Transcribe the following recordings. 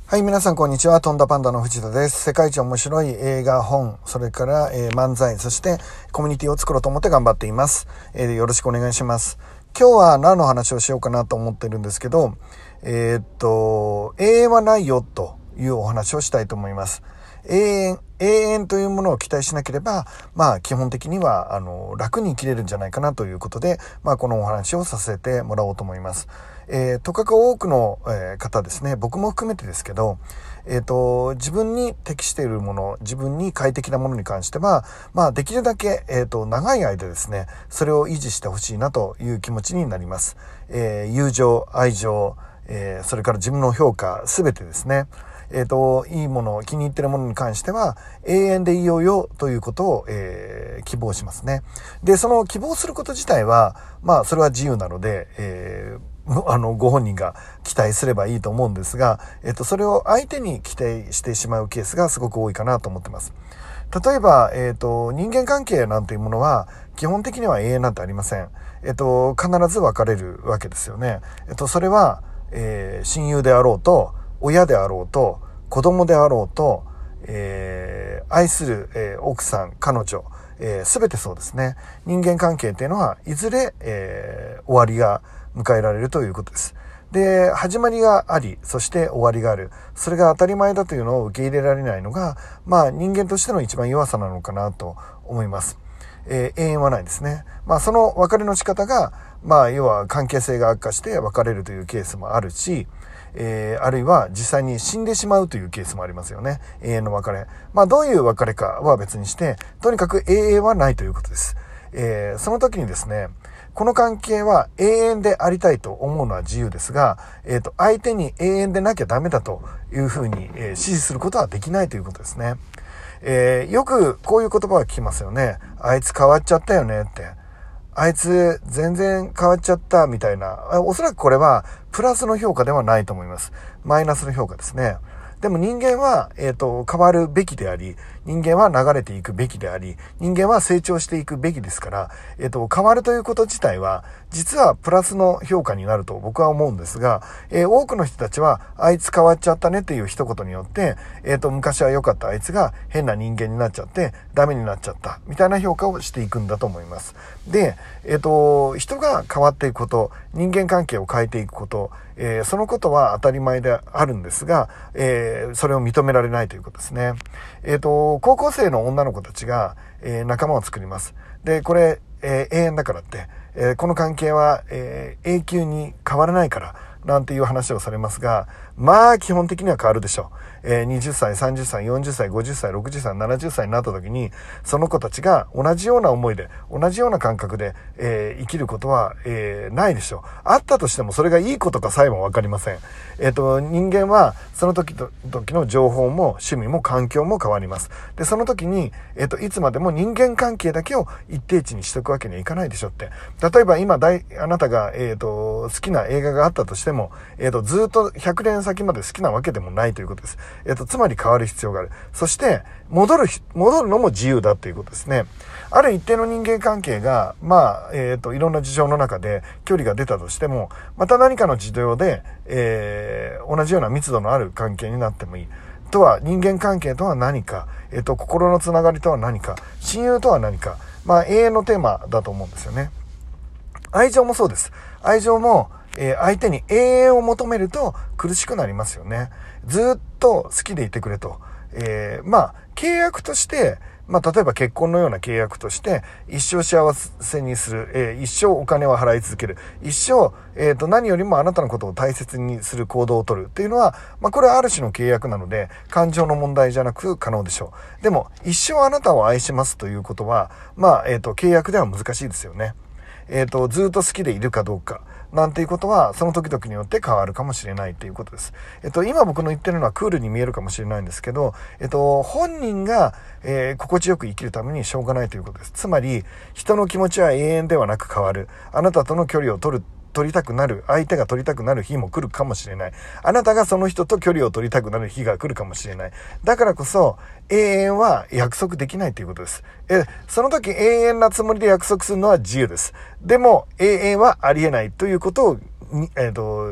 はい、皆さんこんにちは。とんだパンダの藤田です。世界一面白い映画、本、それから、漫才、そしてコミュニティを作ろうと思って頑張っています。よろしくお願いします。今日は何の話をしようかなと思ってるんですけど、永遠はないよというお話をしたいと思います。永遠というものを期待しなければ、基本的には楽に生きれるんじゃないかなということで、このお話をさせてもらおうと思います。とかく多くの、方ですね、僕も含めてですけど、自分に適しているもの、自分に快適なものに関しては、できるだけ、長い間ですね、それを維持してほしいなという気持ちになります。友情、愛情、それから自分の評価、すべてですね。いいもの、気に入っているものに関しては永遠でいようよということを、希望しますね。で、その希望すること自体は、それは自由なので、ご本人が期待すればいいと思うんですが、それを相手に期待してしまうケースがすごく多いかなと思ってます。例えば、人間関係なんていうものは基本的には永遠なんてありません。必ず別れるわけですよね。それは、親友であろうと、親であろうと、子供であろうと、愛する、奥さん、彼女、すべてそうですね。人間関係っていうのはいずれ、終わりが迎えられるということです。で、始まりがあり、そして終わりがある。それが当たり前だというのを受け入れられないのが、人間としての一番弱さなのかなと思います。永遠はないですね。その別れの仕方が、要は関係性が悪化して別れるというケースもあるし、あるいは実際に死んでしまうというケースもありますよね。永遠の別れ。どういう別れかは別にして、とにかく永遠はないということです。その時にですね、この関係は永遠でありたいと思うのは自由ですが、相手に永遠でなきゃダメだというふうに、指示することはできないということですね。よくこういう言葉が聞きますよね。あいつ変わっちゃったよねって。あいつ全然変わっちゃったみたいな。おそらくこれはプラスの評価ではないと思います。マイナスの評価ですね。でも人間は、変わるべきであり、人間は流れていくべきであり、人間は成長していくべきですから、変わるということ自体は、実はプラスの評価になると僕は思うんですが、多くの人たちは、あいつ変わっちゃったねという一言によって、昔は良かったあいつが変な人間になっちゃって、ダメになっちゃった、みたいな評価をしていくんだと思います。で、人が変わっていくこと、人間関係を変えていくこと、そのことは当たり前であるんですが、それを認められないということですね。高校生の女の子たちが、仲間を作ります。で、これ、永遠だからって、この関係は、永久に変わらないからなんていう話をされますが、基本的には変わるでしょう。20歳、30歳、40歳、50歳、60歳、70歳になった時に、その子たちが同じような思いで、同じような感覚で、生きることは、ないでしょう。あったとしてもそれがいいことかさえもわかりません。人間はその時の情報も趣味も環境も変わります。で、その時に、いつまでも人間関係だけを一定値にしとくわけにはいかないでしょって。例えば今あなたが、好きな映画があったとしても、ずっと100年先まで好きなわけでもないということです。つまり変わる必要がある。そして、戻るのも自由だということですね。ある一定の人間関係が、いろんな事情の中で距離が出たとしても、また何かの事情で、同じような密度のある関係になってもいい。とは、人間関係とは何か、心のつながりとは何か、親友とは何か、永遠のテーマだと思うんですよね。愛情もそうです。愛情も、相手に永遠を求めると苦しくなりますよね。ずっと好きでいてくれと。契約として、例えば結婚のような契約として、一生幸せにする、一生お金を払い続ける、一生、何よりもあなたのことを大切にする行動をとるっていうのは、これはある種の契約なので、感情の問題じゃなく可能でしょう。でも、一生あなたを愛しますということは、契約では難しいですよね。ずっと好きでいるかどうか。なんていうことは、その時々によって変わるかもしれないということです。今僕の言ってるのはクールに見えるかもしれないんですけど、本人が、心地よく生きるためにしょうがないということです。つまり、人の気持ちは永遠ではなく変わる。あなたとの距離を取りたくなる、相手が取りたくなる日も来るかもしれない。あなたがその人と距離を取りたくなる日が来るかもしれない。だからこそ、永遠は約束できないということです。その時永遠なつもりで約束するのは自由です。でも、永遠はありえないということを、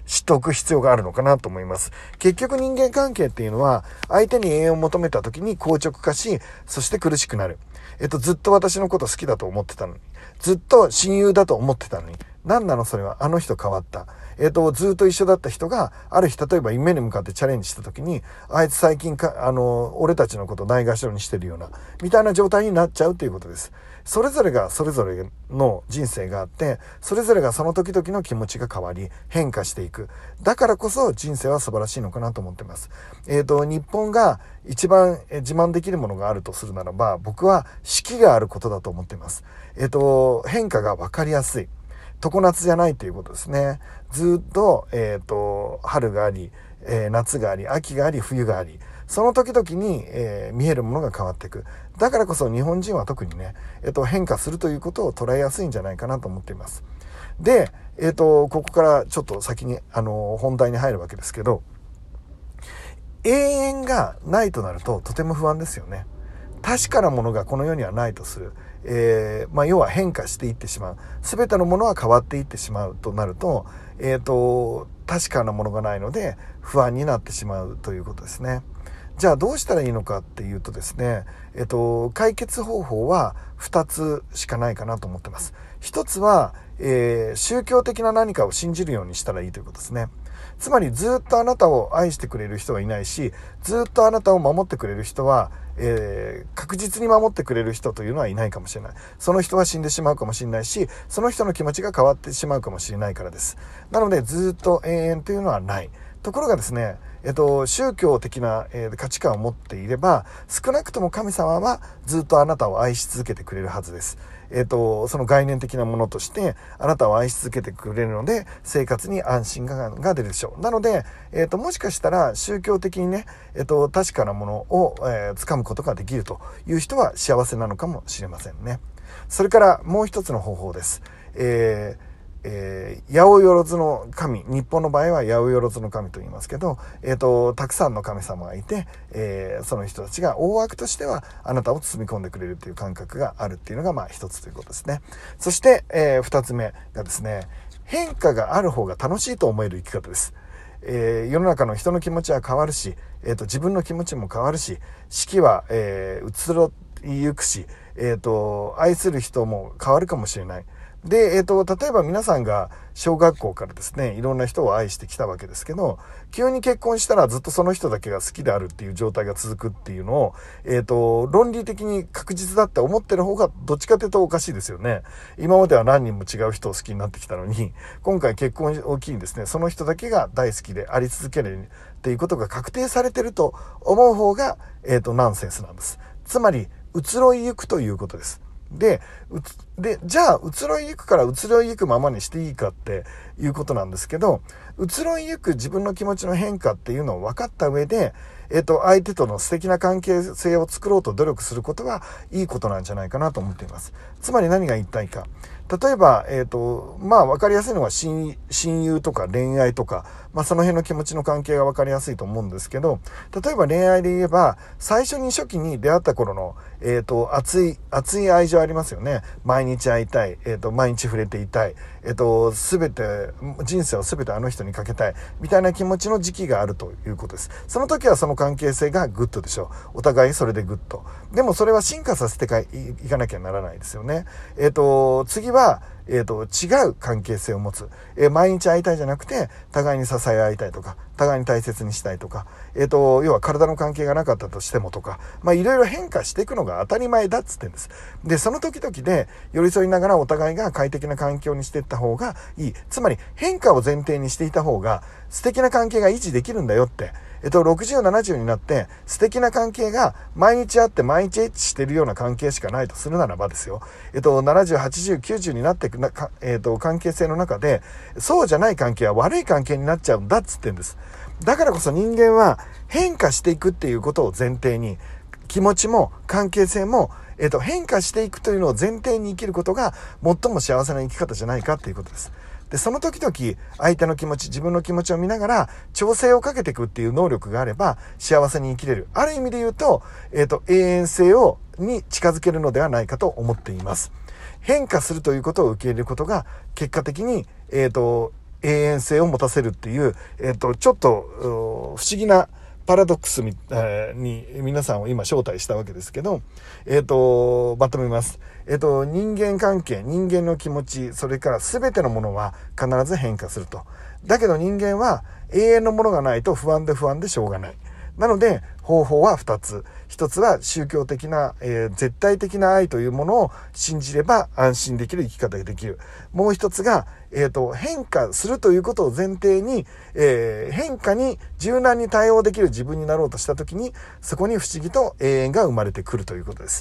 知っておく必要があるのかなと思います。結局人間関係っていうのは、相手に永遠を求めた時に硬直化し、そして苦しくなる。ずっと私のこと好きだと思ってたのに、ずっと親友だと思ってたのに、何なのそれは、あの人変わった。ずっと一緒だった人が、ある日、例えば夢に向かってチャレンジした時に、あいつ最近俺たちのことないがしろにしてるような、みたいな状態になっちゃうということです。それぞれがそれぞれの人生があって、それぞれがその時々の気持ちが変わり、変化していく。だからこそ人生は素晴らしいのかなと思ってます。日本が一番自慢できるものがあるとするならば、僕は四季があることだと思っています。変化が分かりやすい。常夏じゃないということですね。ずっと、春があり、夏があり、秋があり、冬があり、その時々に、見えるものが変わっていく。だからこそ日本人は特にね、変化するということを捉えやすいんじゃないかなと思っています。で、ここからちょっと先に、本題に入るわけですけど、永遠がないとなるととても不安ですよね。確かなものがこの世にはないとする。要は変化していってしまう。すべてのものは変わっていってしまうとなると、確かなものがないので不安になってしまうということですね。じゃあどうしたらいいのかっていうとですね、解決方法は2つしかないかなと思ってます。1つは、宗教的な何かを信じるようにしたらいいということですね。つまりずっとあなたを愛してくれる人はいないし、ずっとあなたを守ってくれる人は、確実に守ってくれる人というのはいないかもしれない。その人は死んでしまうかもしれないし、その人の気持ちが変わってしまうかもしれないからです。なのでずっと永遠というのはない。ところがですね、宗教的な、価値観を持っていれば、少なくとも神様はずっとあなたを愛し続けてくれるはずです。その概念的なものとしてあなたを愛し続けてくれるので、生活に安心感が出るでしょう。なので、もしかしたら宗教的にね、確かなものを、掴むことができるという人は幸せなのかもしれませんね。それからもう一つの方法です。八百万の神、日本の場合は八百万の神と言いますけど、たくさんの神様がいて、その人たちが大枠としてはあなたを包み込んでくれるという感覚があるっていうのが一つということですね。そして、二つ目がですね、変化がある方が楽しいと思える生き方です。世の中の人の気持ちは変わるし、自分の気持ちも変わるし、四季は、移ろいゆくし、愛する人も変わるかもしれない。で、例えば皆さんが小学校からですね、いろんな人を愛してきたわけですけど、急に結婚したらずっとその人だけが好きであるっていう状態が続くっていうのを、論理的に確実だって思ってる方がどっちかというとおかしいですよね。今までは何人も違う人を好きになってきたのに、今回結婚を機にですね、その人だけが大好きであり続けるっていうことが確定されてると思う方が、ナンセンスなんです。つまり、移ろいゆくということです。で、じゃあ、移ろいゆくから移ろいゆくままにしていいかっていうことなんですけど、移ろいゆく自分の気持ちの変化っていうのを分かった上で、相手との素敵な関係性を作ろうと努力することはいいことなんじゃないかなと思っています。つまり何が言いたいか。例えば、分かりやすいのは親友とか恋愛とか、その辺の気持ちの関係が分かりやすいと思うんですけど、例えば恋愛で言えば、最初に初期に出会った頃の、熱い愛情ありますよね。毎日会いたい、毎日触れていたい、人生をすべてあの人にかけたい、みたいな気持ちの時期があるということです。その時はその関係性がグッドでしょう。お互いそれでグッド。でもそれは進化させていかなきゃならないですよね。次は、違う関係性を持つ。毎日会いたいじゃなくて、互いに支え合いたいとか、互いに大切にしたいとか、要は体の関係がなかったとしてもとか、いろいろ変化していくのが当たり前だっつってんです。で、その時々で寄り添いながらお互いが快適な環境にしていった方がいい。つまり変化を前提にしていた方が素敵な関係が維持できるんだよって。60、70になって素敵な関係が毎日会って毎日エッチしてるような関係しかないとするならばですよ。70、80、90になっていく関係性の中で、そうじゃない関係は悪い関係になっちゃうんだっつってんです。だからこそ人間は変化していくっていうことを前提に、気持ちも関係性も、変化していくというのを前提に生きることが最も幸せな生き方じゃないかっていうことです。で、その時々相手の気持ち、自分の気持ちを見ながら調整をかけていくっていう能力があれば幸せに生きれる。ある意味で言うと、永遠性に近づけるのではないかと思っています。変化するということを受け入れることが結果的に、永永遠性を持たせるっていう、ちょっと不思議なパラドックスに皆さんを今招待したわけですけど、まとめます。人間関係、人間の気持ち、それから全てのものは必ず変化すると。だけど人間は永遠のものがないと不安でしょうがない。なので方法は2つ。1つは宗教的な、絶対的な愛というものを信じれば安心できる生き方ができる。もう1つが、変化するということを前提に、変化に柔軟に対応できる自分になろうとしたときに、そこに不思議と永遠が生まれてくるということです。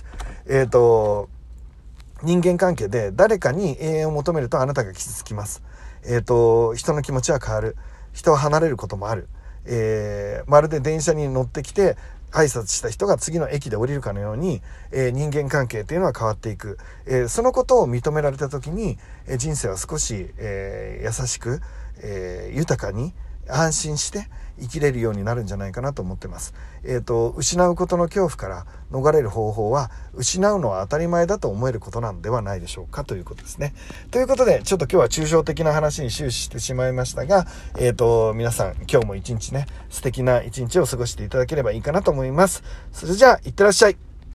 人間関係で誰かに永遠を求めるとあなたが傷つきます。人の気持ちは変わる。人は離れることもある。まるで電車に乗ってきて挨拶した人が次の駅で降りるかのように、人間関係というのは変わっていく。そのことを認められた時に、人生は少し、優しく、豊かに安心して生きれるようになるんじゃないかなと思ってます。失うことの恐怖から逃れる方法は、失うのは当たり前だと思えることなんではないでしょうかということですね。ということで、ちょっと今日は抽象的な話に終始してしまいましたが、皆さん今日も一日ね、素敵な一日を過ごしていただければいいかなと思います。それじゃあ、いってらっしゃい。